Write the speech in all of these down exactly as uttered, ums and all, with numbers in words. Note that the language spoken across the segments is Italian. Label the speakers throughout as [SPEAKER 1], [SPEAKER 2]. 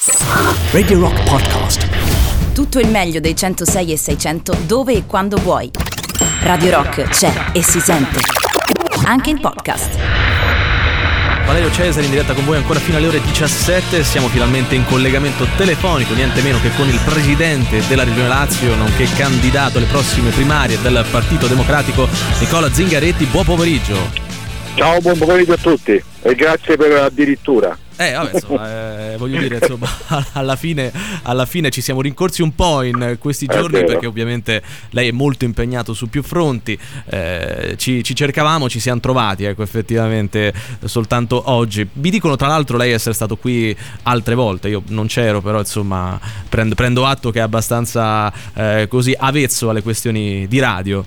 [SPEAKER 1] Radio Rock Podcast.
[SPEAKER 2] Tutto il meglio dei centosei e seicento dove e quando vuoi. Radio Rock c'è e si sente anche in podcast.
[SPEAKER 3] Valerio Cesari in diretta con voi ancora fino alle ore diciassette. Siamo finalmente in collegamento telefonico, niente meno che con il presidente della Regione Lazio, nonché candidato alle prossime primarie del Partito Democratico, Nicola Zingaretti. Buon pomeriggio.
[SPEAKER 4] Ciao, buon pomeriggio a tutti e grazie per addirittura.
[SPEAKER 3] Eh, vabbè, insomma, eh, voglio dire, insomma, alla fine, alla fine ci siamo rincorsi un po' in questi giorni, perché ovviamente lei è molto impegnato su più fronti. Eh, ci, ci cercavamo, ci siamo trovati, ecco, effettivamente soltanto oggi. Mi dicono tra l'altro lei essere stato qui altre volte, io non c'ero, però insomma prendo, prendo atto che è abbastanza eh, così avvezzo alle questioni di radio.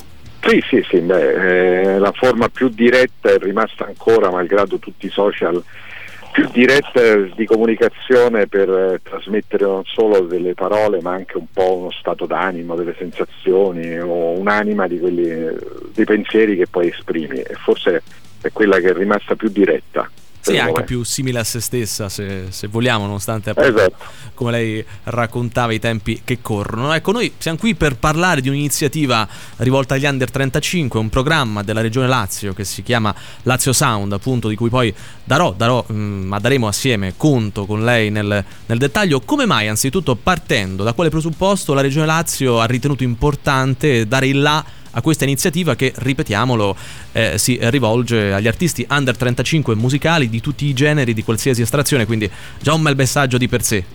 [SPEAKER 4] Sì, sì, sì, beh, eh, la forma più diretta è rimasta ancora, malgrado tutti i social, più diretta di comunicazione per eh, trasmettere non solo delle parole ma anche un po' uno stato d'animo, delle sensazioni o un'anima di quelli, dei pensieri che poi esprimi, e forse è quella che è rimasta più diretta.
[SPEAKER 3] Sì, anche me. Più simile a se stessa, se, se vogliamo, nonostante appunto,
[SPEAKER 4] esatto,
[SPEAKER 3] come lei raccontava, i tempi che corrono. Ecco, noi siamo qui per parlare di un'iniziativa rivolta agli under trentacinque, un programma della Regione Lazio che si chiama Lazio Sound, appunto, di cui poi darò, darò mh, ma daremo assieme conto con lei nel, nel dettaglio. Come mai, anzitutto, partendo da quale presupposto la Regione Lazio ha ritenuto importante dare il là a questa iniziativa che, ripetiamolo, eh, si rivolge agli artisti under trentacinque musicali di tutti i generi, di qualsiasi estrazione, quindi già un bel messaggio di per sé.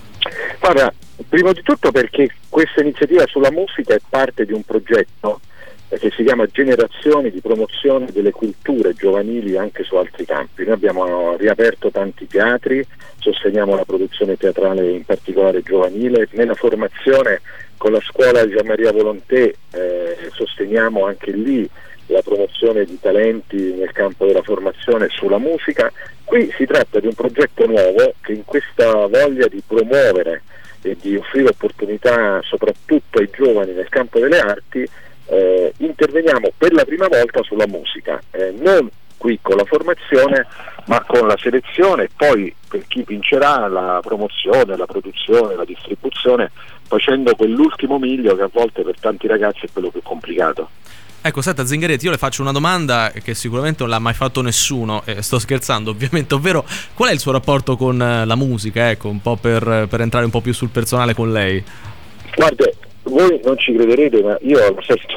[SPEAKER 4] Guarda, prima di tutto perché questa iniziativa sulla musica è parte di un progetto eh, che si chiama Generazioni di promozione delle culture giovanili anche su altri campi. Noi abbiamo riaperto tanti teatri, sosteniamo la produzione teatrale in particolare giovanile, nella formazione con la scuola Gian Maria Volonté eh, sosteniamo anche lì la promozione di talenti nel campo della formazione sulla musica. Qui si tratta di un progetto nuovo che, in questa voglia di promuovere e di offrire opportunità soprattutto ai giovani nel campo delle arti, eh, interveniamo per la prima volta sulla musica, eh, non qui con la formazione ma con la selezione, e poi per chi vincerà la promozione, la produzione, la distribuzione, facendo quell'ultimo miglio che a volte per tanti ragazzi è quello più complicato.
[SPEAKER 3] Ecco, senta Zingaretti, io le faccio una domanda che sicuramente non l'ha mai fatto nessuno, e sto scherzando ovviamente, ovvero qual è il suo rapporto con la musica, ecco, un po' per, per entrare un po' più sul personale con lei.
[SPEAKER 4] Guarda, voi non ci crederete, ma io lo sento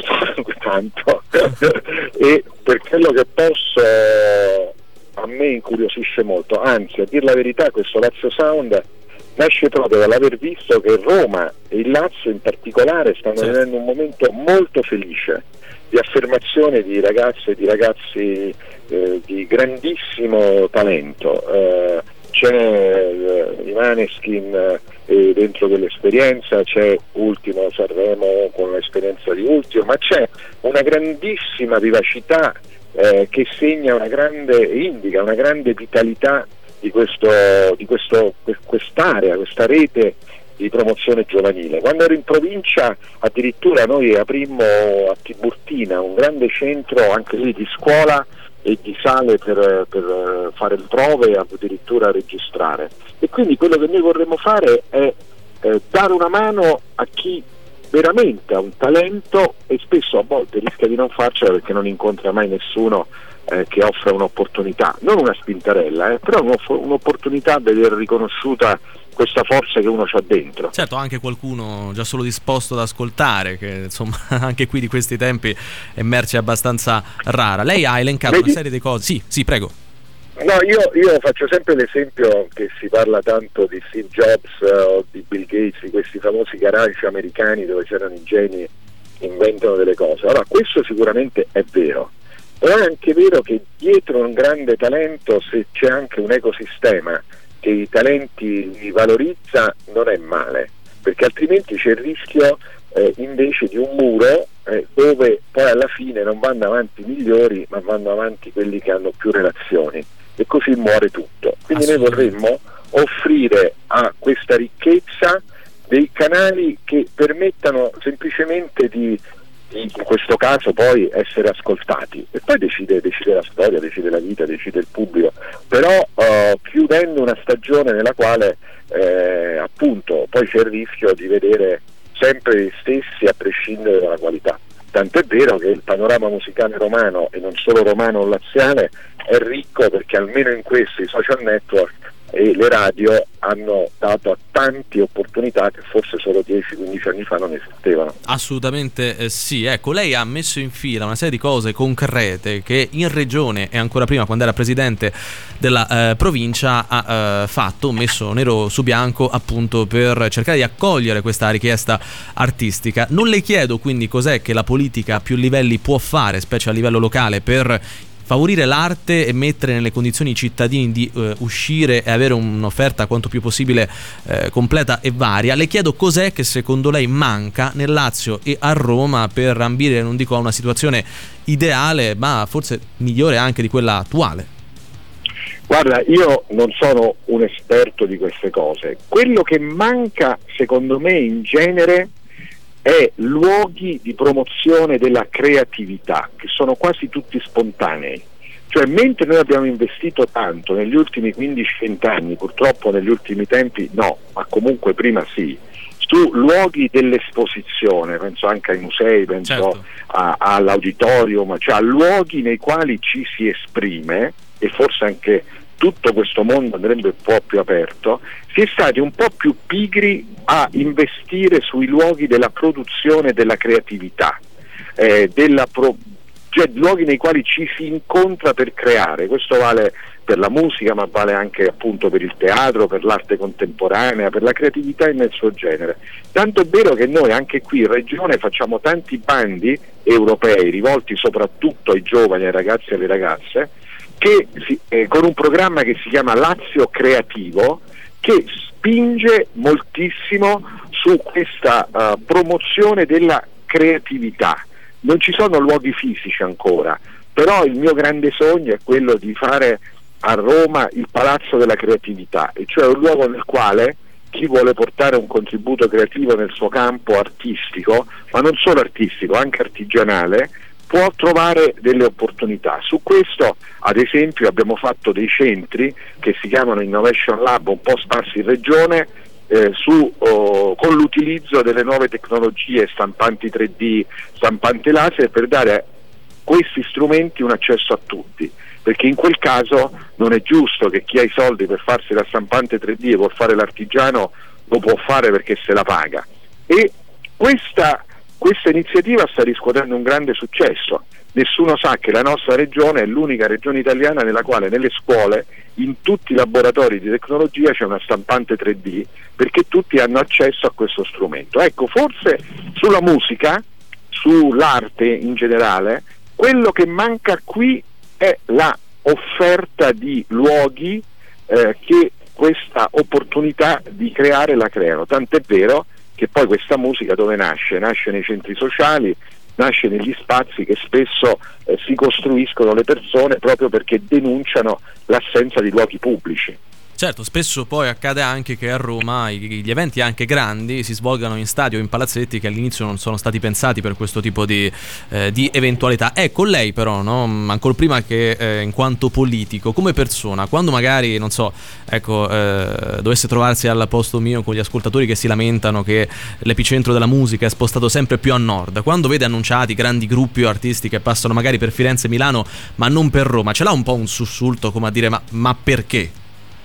[SPEAKER 4] tanto e per quello che posso a me incuriosisce molto, anzi, a dir la verità, questo Lazio Sound nasce proprio dall'aver visto che Roma e il Lazio in particolare stanno
[SPEAKER 3] certo.
[SPEAKER 4] vivendo un momento molto felice di affermazione di ragazze e di ragazzi eh, di grandissimo talento. Eh, c'è eh, i Maneskin eh, dentro dell'esperienza, c'è Ultimo Sanremo con l'esperienza di Ultimo, ma c'è una grandissima vivacità eh, che segna una grande, indica una grande vitalità di questo, di questo, quest'area, questa rete di promozione giovanile. Quando ero in provincia addirittura noi aprimmo a Tiburtina un grande centro anche lì di scuola e di sale per, per fare le prove e addirittura registrare, e quindi quello che noi vorremmo fare è eh, dare una mano a chi veramente ha un talento e spesso a volte rischia di non farcela perché non incontra mai nessuno eh, che offra un'opportunità, non una spintarella, eh, però un'opportunità di vedere riconosciuta questa forza che uno c'ha dentro.
[SPEAKER 3] Certo, anche qualcuno già solo disposto ad ascoltare, che insomma anche qui di questi tempi è merce abbastanza rara. Lei ha elencato Vedi? una serie di cose. Sì, sì, prego.
[SPEAKER 4] No, io, io faccio sempre l'esempio che si parla tanto di Steve Jobs uh, o di Bill Gates, di questi famosi garage americani dove c'erano i geni che inventano delle cose. Allora, questo sicuramente è vero, però è anche vero che dietro un grande talento, se c'è anche un ecosistema che i talenti li valorizza, non è male, perché altrimenti c'è il rischio eh, invece di un muro eh, dove poi alla fine non vanno avanti i migliori ma vanno avanti quelli che hanno più relazioni, e così muore tutto. Quindi noi vorremmo offrire a questa ricchezza dei canali che permettano semplicemente di in questo caso poi essere ascoltati, e poi decide, decide la storia, decide la vita, decide il pubblico, però uh, chiudendo una stagione nella quale eh, appunto poi c'è il rischio di vedere sempre gli stessi a prescindere dalla qualità. Tant'è vero che il panorama musicale romano, e non solo romano o laziale, è ricco, perché almeno in questo i social network e le radio hanno dato a tanti opportunità che forse solo dieci quindici anni fa non esistevano.
[SPEAKER 3] Assolutamente eh, sì, ecco, lei ha messo in fila una serie di cose concrete che in regione e ancora prima quando era presidente della eh, provincia ha eh, fatto, messo nero su bianco appunto per cercare di accogliere questa richiesta artistica. Non le chiedo quindi cos'è che la politica a più livelli può fare, specie a livello locale, per favorire l'arte e mettere nelle condizioni i cittadini di eh, uscire e avere un'offerta quanto più possibile eh, completa e varia. Le chiedo cos'è che secondo lei manca nel Lazio e a Roma per ambire, non dico a una situazione ideale, ma forse migliore anche di quella attuale.
[SPEAKER 4] Guarda, io non sono un esperto di queste cose. Quello che manca secondo me in genere è luoghi di promozione della creatività, che sono quasi tutti spontanei. Cioè, mentre noi abbiamo investito tanto negli ultimi quindici venti anni, purtroppo negli ultimi tempi no, ma comunque prima sì, su luoghi dell'esposizione, penso anche ai musei, penso
[SPEAKER 3] certo.
[SPEAKER 4] a, all'auditorium, cioè a luoghi nei quali ci si esprime, e forse anche tutto questo mondo andrebbe un po' più aperto, si è stati un po' più pigri a investire sui luoghi della produzione della creatività, eh, della pro- cioè luoghi nei quali ci si incontra per creare. Questo vale per la musica, ma vale anche appunto per il teatro, per l'arte contemporanea, per la creatività nel suo genere. Tanto è vero che noi anche qui in regione facciamo tanti bandi europei rivolti soprattutto ai giovani, ai ragazzi e alle ragazze, che si, eh, con un programma che si chiama Lazio Creativo, che spinge moltissimo su questa uh, promozione della creatività. Non ci sono luoghi fisici ancora, però il mio grande sogno è quello di fare a Roma il Palazzo della Creatività, e cioè un luogo nel quale chi vuole portare un contributo creativo nel suo campo artistico, ma non solo artistico, anche artigianale, può trovare delle opportunità. Su questo, ad esempio, abbiamo fatto dei centri che si chiamano Innovation Lab, un po' sparsi in regione, eh, su, oh, con l'utilizzo delle nuove tecnologie, stampanti tre D, stampanti laser, per dare a questi strumenti un accesso a tutti, perché in quel caso non è giusto che chi ha i soldi per farsi la stampante tre D e vuol fare l'artigiano lo può fare perché se la paga. E questa Questa iniziativa sta riscuotendo un grande successo. Nessuno sa che la nostra regione è l'unica regione italiana nella quale nelle scuole, in tutti i laboratori di tecnologia, c'è una stampante tre D, perché tutti hanno accesso a questo strumento. Ecco, forse sulla musica, sull'arte in generale, quello che manca qui è la offerta di luoghi eh, che questa opportunità di creare la creano. Tant'è vero che poi questa musica dove nasce? Nasce nei centri sociali, nasce negli spazi che spesso eh, si costruiscono le persone proprio perché denunciano l'assenza di luoghi pubblici.
[SPEAKER 3] Certo, spesso poi accade anche che a Roma gli eventi anche grandi si svolgano in stadi o in palazzetti che all'inizio non sono stati pensati per questo tipo di, eh, di eventualità. Ecco, lei però, no, ancora prima che eh, in quanto politico, come persona, quando magari, non so, ecco, eh, dovesse trovarsi al posto mio con gli ascoltatori che si lamentano che l'epicentro della musica è spostato sempre più a nord, quando vede annunciati grandi gruppi o artisti che passano magari per Firenze e Milano ma non per Roma, ce l'ha un po' un sussulto come a dire ma, ma perché?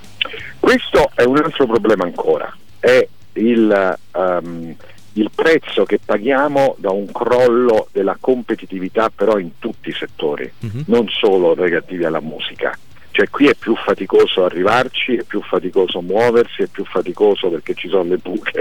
[SPEAKER 4] Questo è un altro problema ancora, è il, um, il prezzo che paghiamo da un crollo della competitività, però in tutti i settori, uh-huh. non solo relativi alla musica. Cioè qui è più faticoso arrivarci, è più faticoso muoversi, è più faticoso perché ci sono le buche,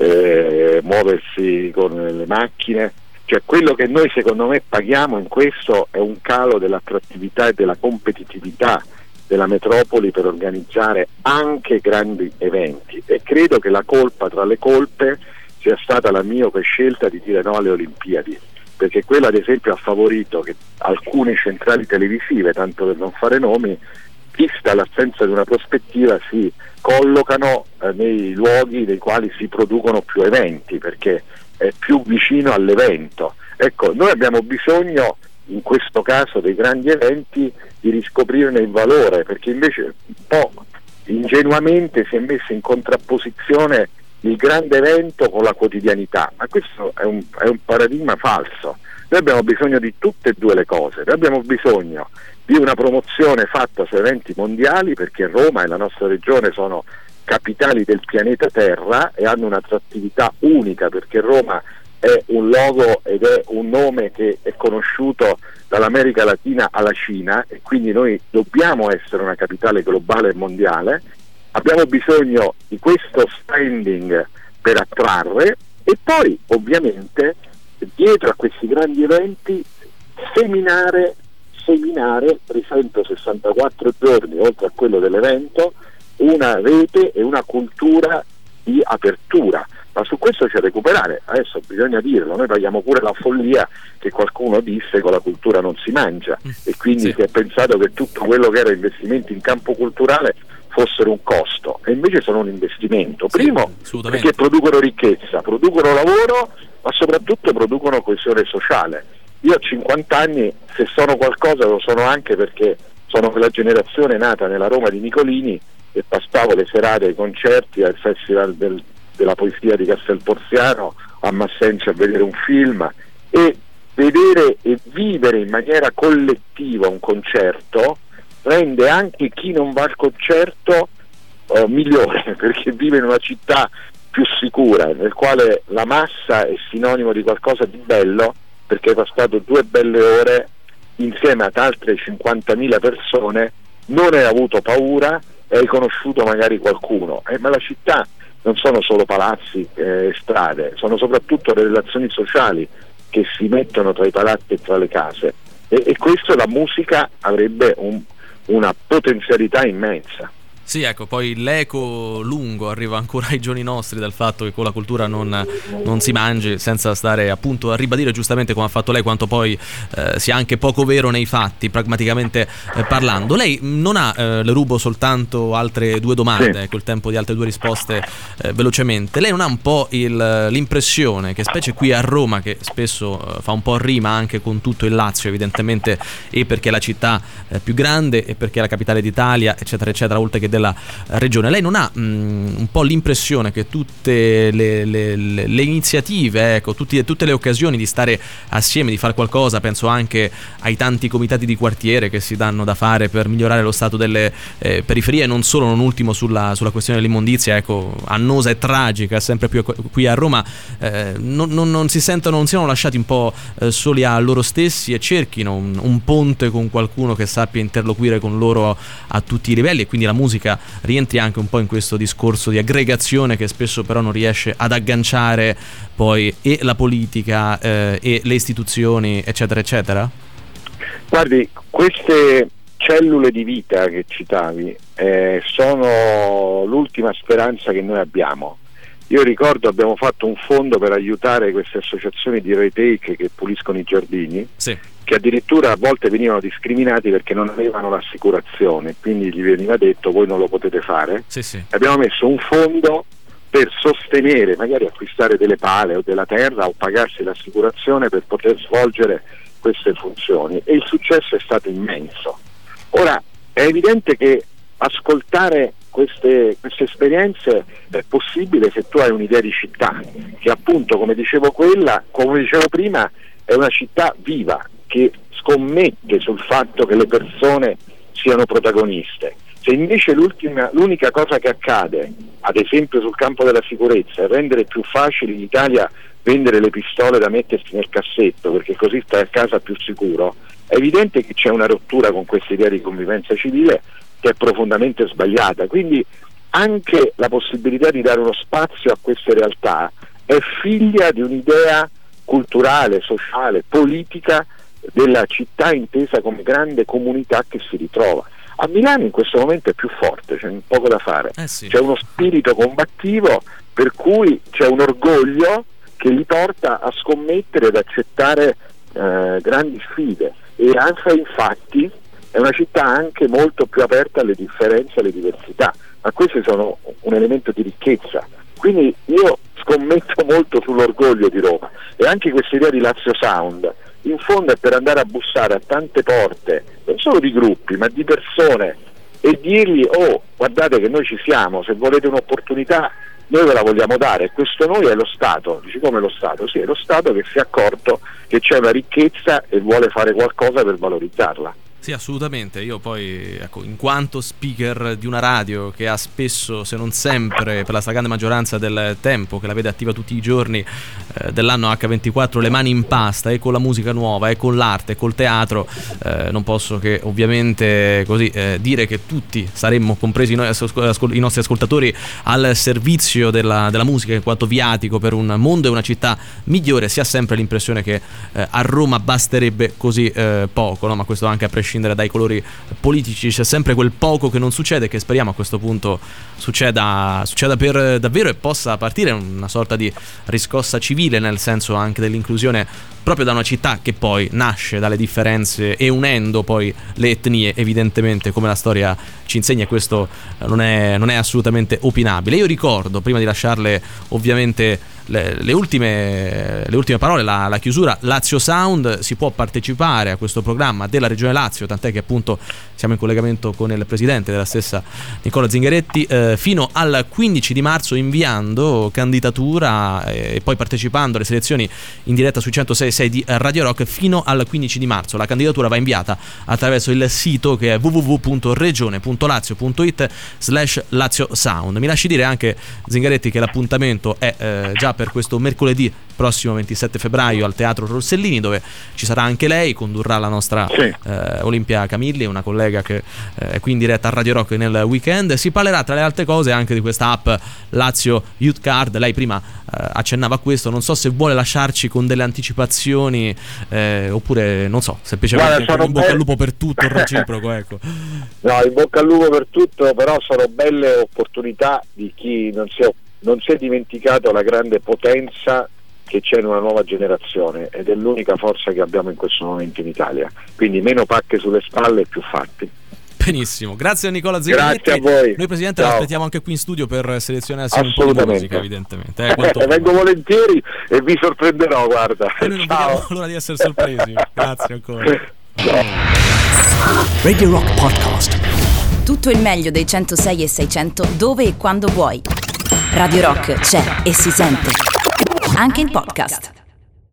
[SPEAKER 4] eh, muoversi con le macchine. Cioè quello che noi secondo me paghiamo in questo è un calo dell'attrattività e della competitività della metropoli per organizzare anche grandi eventi, e credo che la colpa tra le colpe sia stata la miope scelta di dire no alle Olimpiadi, perché quello ad esempio ha favorito che alcune centrali televisive, tanto per non fare nomi, vista l'assenza di una prospettiva, si collocano eh, nei luoghi nei quali si producono più eventi, perché è più vicino all'evento. Ecco, noi abbiamo bisogno in questo caso dei grandi eventi di riscoprirne il valore, perché invece un po' ingenuamente si è messo in contrapposizione il grande evento con la quotidianità, ma questo è un, è un paradigma falso. Noi abbiamo bisogno di tutte e due le cose, noi abbiamo bisogno di una promozione fatta su eventi mondiali, perché Roma e la nostra regione sono capitali del pianeta Terra e hanno un'attrattività unica, perché Roma è un logo ed è un nome che è conosciuto dall'America Latina alla Cina, e quindi noi dobbiamo essere una capitale globale e mondiale. Abbiamo bisogno di questo standing per attrarre, e poi ovviamente dietro a questi grandi eventi seminare seminare trecentosessantaquattro giorni, oltre a quello dell'evento, una rete e una cultura di apertura. Ma su questo c'è da recuperare, adesso bisogna dirlo, noi paghiamo pure la follia che qualcuno disse con la cultura non si mangia, e quindi
[SPEAKER 3] sì.
[SPEAKER 4] si è pensato che tutto quello che era investimenti in campo culturale fossero un costo, e invece sono un investimento. Primo,
[SPEAKER 3] sì,
[SPEAKER 4] perché producono ricchezza, producono lavoro, ma soprattutto producono coesione sociale. Io ho cinquanta anni, se sono qualcosa lo sono anche perché sono quella generazione nata nella Roma di Nicolini e passavo le serate ai concerti, al Festival del, della Poesia di Castelporziano, a Massencio a vedere un film, e vedere e vivere in maniera collettiva un concerto rende anche chi non va al concerto eh, migliore, perché vive in una città più sicura, nel quale la massa è sinonimo di qualcosa di bello, perché hai passato due belle ore insieme ad altre cinquantamila persone, non hai avuto paura e hai conosciuto magari qualcuno. Eh, ma la città non sono solo palazzi e eh, strade, sono soprattutto le relazioni sociali che si mettono tra i palazzi e tra le case, e, e questo la musica avrebbe un, una potenzialità immensa.
[SPEAKER 3] Sì, ecco, poi l'eco lungo arriva ancora ai giorni nostri del fatto che con la cultura non, non si mangi, senza stare appunto a ribadire giustamente, come ha fatto lei, quanto poi eh, sia anche poco vero nei fatti, pragmaticamente eh, parlando. Lei non ha, eh, le rubo soltanto altre due domande, sì. Ecco, il tempo di altre due risposte eh, velocemente. Lei non ha un po' il, l'impressione che, specie qui a Roma, che spesso eh, fa un po' rima anche con tutto il Lazio evidentemente, e perché è la città eh, più grande e perché è la capitale d'Italia, eccetera eccetera, oltre che della regione, lei non ha mh, un po' l'impressione che tutte le, le, le, le iniziative, ecco, tutti, tutte le occasioni di stare assieme, di fare qualcosa, penso anche ai tanti comitati di quartiere che si danno da fare per migliorare lo stato delle eh, periferie, e non solo, non ultimo sulla, sulla questione dell'immondizia, ecco, annosa e tragica sempre più qui a Roma, eh, non, non, non si sentono, non siano lasciati un po' eh, soli a loro stessi, e cerchino un, un ponte con qualcuno che sappia interloquire con loro a tutti i livelli, e quindi la musica rientri anche un po' in questo discorso di aggregazione che spesso però non riesce ad agganciare poi e la politica eh, e le istituzioni, eccetera eccetera?
[SPEAKER 4] Guardi, queste cellule di vita che citavi eh, sono l'ultima speranza che noi abbiamo. Io ricordo abbiamo fatto un fondo per aiutare queste associazioni di retake che puliscono i giardini, sì, che addirittura a volte venivano discriminati perché non avevano l'assicurazione, quindi gli veniva detto voi non lo potete fare.
[SPEAKER 3] Sì, sì.
[SPEAKER 4] Abbiamo messo un fondo per sostenere, magari acquistare delle pale o della terra o pagarsi l'assicurazione per poter svolgere queste funzioni, e il successo è stato immenso. Ora è evidente che ascoltare queste, queste esperienze è possibile se tu hai un'idea di città che, appunto, come dicevo quella, come dicevo prima, è una città viva che scommette sul fatto che le persone siano protagoniste. Se invece l'ultima, l'unica cosa che accade, ad esempio sul campo della sicurezza, è rendere più facile in Italia vendere le pistole da mettersi nel cassetto perché così stai a casa più sicuro, è evidente che c'è una rottura con questa idea di convivenza civile che è profondamente sbagliata. Quindi anche la possibilità di dare uno spazio a queste realtà è figlia di un'idea culturale, sociale, politica della città intesa come grande comunità che si ritrova. A Milano in questo momento è più forte, c'è poco da fare,
[SPEAKER 3] eh sì.
[SPEAKER 4] C'è uno spirito combattivo per cui c'è un orgoglio che li porta a scommettere ed accettare eh, grandi sfide, e anche infatti è una città anche molto più aperta alle differenze e alle diversità, ma questi sono un elemento di ricchezza. Quindi io scommetto molto sull'orgoglio di Roma, E anche questa idea di Lazio Sound in fondo è per andare a bussare a tante porte, non solo di gruppi ma di persone, e dirgli: oh, guardate che noi ci siamo, se volete un'opportunità noi ve la vogliamo dare. E questo noi è lo Stato. Dici: come lo Stato? Sì, è lo Stato che si è accorto che c'è una ricchezza e vuole fare qualcosa per valorizzarla.
[SPEAKER 3] Sì, assolutamente. Io poi, ecco, in quanto speaker di una radio che ha spesso, se non sempre, per la stragrande maggioranza del tempo, che la vede attiva tutti i giorni eh, dell'anno acca ventiquattro, le mani in pasta, e con la musica nuova, e con l'arte, e col teatro, eh, non posso che ovviamente così eh, dire che tutti saremmo, compresi noi, ascol- i nostri ascoltatori, al servizio della, della musica in quanto viatico per un mondo e una città migliore. Si ha sempre l'impressione che eh, a Roma basterebbe così eh, poco, no? Ma questo anche a prescindere dai colori politici, c'è sempre quel poco che non succede, che speriamo a questo punto succeda, succeda per davvero, e possa partire una sorta di riscossa civile, nel senso anche dell'inclusione proprio da una città che poi nasce dalle differenze e unendo poi le etnie, evidentemente, come la storia ci insegna, e questo non è, non è assolutamente opinabile. Io ricordo, prima di lasciarle ovviamente le, le, ultime, le ultime parole, la, la chiusura: Lazio Sound, si può partecipare a questo programma della Regione Lazio, tant'è che appunto siamo in collegamento con il presidente della stessa, Nicola Zingaretti, eh, fino al quindici di marzo, inviando candidatura eh, e poi partecipando alle selezioni in diretta sui centosei sei di Radio Rock fino al quindici di marzo. La candidatura va inviata attraverso il sito, che è w w w punto regione punto lazio punto it slash Lazio Sound. Mi lasci dire anche, Zingaretti, che l'appuntamento è eh, già per questo mercoledì prossimo ventisette febbraio al Teatro Rossellini, dove ci sarà anche lei, condurrà la nostra sì. eh, Olimpia Camilli, una collega che eh, è qui in diretta a Radio Rock nel weekend. Si parlerà tra le altre cose anche di questa app Lazio Youth Card. Lei prima eh, accennava a questo, non so se vuole lasciarci con delle anticipazioni eh, oppure non so, semplicemente
[SPEAKER 4] Guarda,
[SPEAKER 3] in bocca be- al lupo per tutto, il reciproco, ecco.
[SPEAKER 4] No, in bocca al lupo per tutto, però sono belle opportunità di chi non si è, non si è dimenticato la grande potenza che c'è in una nuova generazione, ed è l'unica forza che abbiamo in questo momento in Italia. Quindi meno pacche sulle spalle e più fatti.
[SPEAKER 3] Benissimo, grazie a Nicola Zingaretti.
[SPEAKER 4] Grazie a voi.
[SPEAKER 3] Noi, presidente,
[SPEAKER 4] Ciao.
[SPEAKER 3] l'aspettiamo anche qui in studio per selezionarsi un po' di musica, evidentemente. Eh,
[SPEAKER 4] eh, vengo volentieri e vi sorprenderò, guarda.
[SPEAKER 3] E noi non
[SPEAKER 4] Ciao.
[SPEAKER 3] vediamo l'ora di essere sorpresi. Grazie ancora.
[SPEAKER 4] Ciao.
[SPEAKER 1] Radio Rock Podcast.
[SPEAKER 2] Tutto il meglio dei centosei e seicento dove e quando vuoi. Radio Rock c'è e si sente. Anche in podcast.